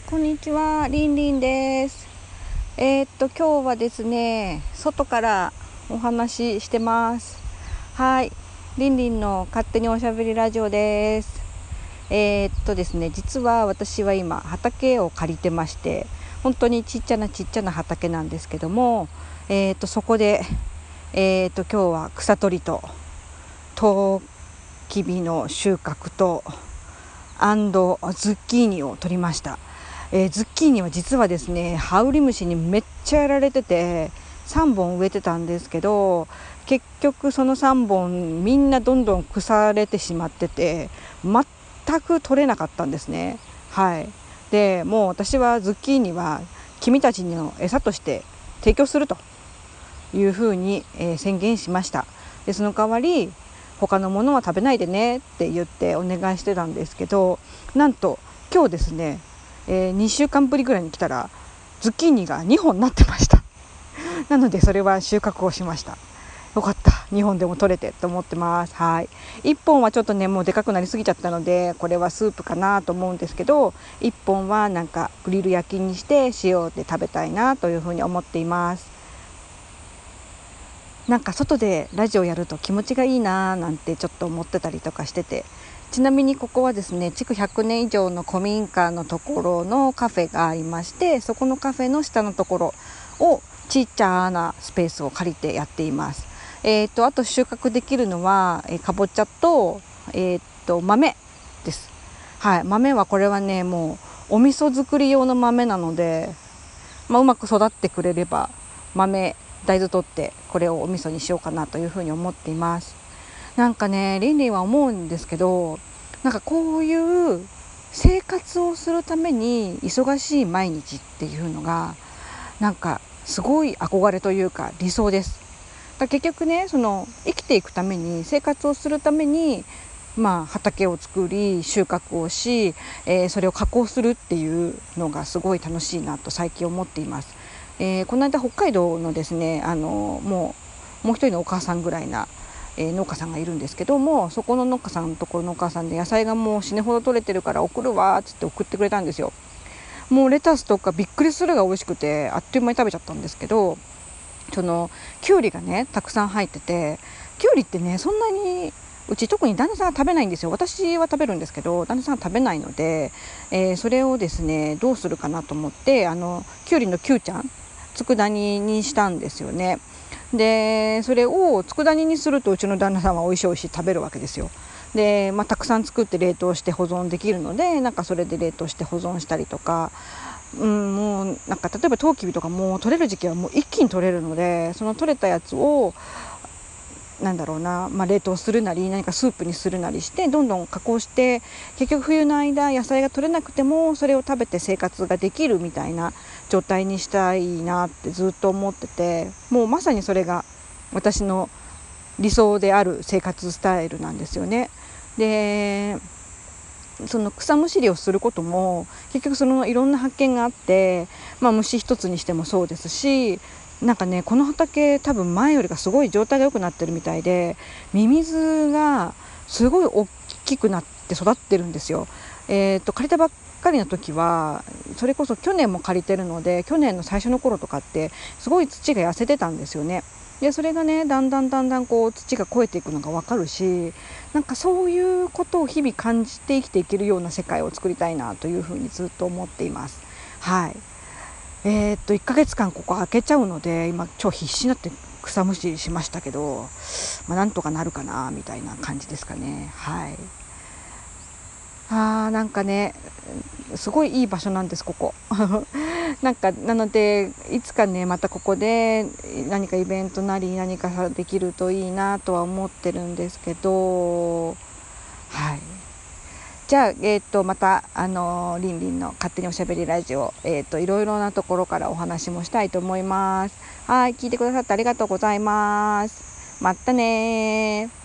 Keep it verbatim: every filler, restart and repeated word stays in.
こんにちは、りんりんです。えー、っと今日はですね、外からお話ししてます。はい、りんりんの勝手におしゃべりラジオです。えー、っとですね、実は私は今畑を借りてまして、本当にちっちゃなちっちゃな畑なんですけども、えー、っとそこで、えー、っと今日は草取りとトウキビの収穫とアンドズッキーニを取りました。えー、ズッキーニは実はですね、ハウリムシにめっちゃやられててさんぼん植えてたんですけど、結局そのさんぼんみんなどんどん腐れてしまってて全く取れなかったんですね。はい。でもう私はズッキーニは君たちの餌として提供するというふうに、えー、宣言しました。でその代わり他のものは食べないでねって言ってお願いしてたんですけど、なんと今日ですね、えー、にしゅうかんぶりぐらいに来たらズッキーニがにほんなってました。なのでそれは収穫をしました。よかった、にほんでも取れてと思ってます。はい。いっぽんはちょっとねもうでかくなりすぎちゃったのでこれはスープかなと思うんですけど、いっぽんはなんかグリル焼きにして塩で食べたいなというふうに思っています。なんか外でラジオやると気持ちがいいななんてちょっと思ってたりとかしてて、ちなみにここはですね、築ひゃくねん以上の古民家のところのカフェがありまして、そこのカフェの下のところをちっちゃなスペースを借りてやっています。えー、とあと収穫できるのは、えー、かぼちゃと,、えー、と豆です。はい。豆はこれはねもうお味噌作り用の豆なので、まあ、うまく育ってくれれば豆大豆取ってこれをお味噌にしようかなというふうに思っています。なんかね、リンリンは思うんですけど、なんかこういう生活をするために忙しい毎日っていうのがなんかすごい憧れというか理想です。だ結局ね、その生きていくために生活をするためにまあ、畑を作り収穫をし、えー、それを加工するっていうのがすごい楽しいなと最近思っています。えー、この間北海道のですね、あのもうもう一人のお母さんぐらいな、えー、農家さんがいるんですけども、そこの農家さんのところのお母さんで野菜がもう死ぬほど取れてるから送るわっつって送ってくれたんですよ。もうレタスとかびっくりするが美味しくてあっという間に食べちゃったんですけど、そのきゅうりがねたくさん入ってて、きゅうりってねそんなにうち特に旦那さんは食べないんですよ。私は食べるんですけど旦那さんは食べないので、えー、それをですねどうするかなと思ってあのきゅうりのきゅうちゃん佃煮にしたんですよね。でそれを佃煮にするとうちの旦那さんは美味しい美味しい食べるわけですよ。で、まあ、たくさん作って冷凍して保存できるので、なんかそれで冷凍して保存したりとか、うん、もうなんか例えばトウキビとかも取れる時期はもう一気に取れるので、その取れたやつをなんだろうな、まあ、冷凍するなり何かスープにするなりしてどんどん加工して、結局冬の間野菜が取れなくてもそれを食べて生活ができるみたいな状態にしたいなってずっと思ってて、もうまさにそれが私の理想である生活スタイルなんですよね。でその草むしりをすることも結局そのいろんな発見があって、まあ、虫一つにしてもそうですし、なんかねこの畑多分前よりかすごい状態が良くなってるみたいで、ミミズがすごい大きくなって育ってるんですよ。えー、と借りたばっかりの時はそれこそ去年も借りてるので、去年の最初の頃とかってすごい土が痩せてたんですよね。でそれがねだんだんだんだんこう土が肥えていくのが分かるし、なんかそういうことを日々感じて生きていけるような世界を作りたいなというふうにずっと思っています。はい。えー、っといっかげつかんここ開けちゃうので今超必死になって草むしりしましたけど、まあ、なんとかなるかなみたいな感じですかね。はい。あーなんかねすごいいい場所なんですここなんかなのでいつかねまたここで何かイベントなり何かできるといいなとは思ってるんですけど、はい。じゃあ、えー、とまたあのりんりんの勝手におしゃべりラジオ、えー、といろいろなところからお話もしたいと思います。はい、聞いてくださってありがとうございます。またね。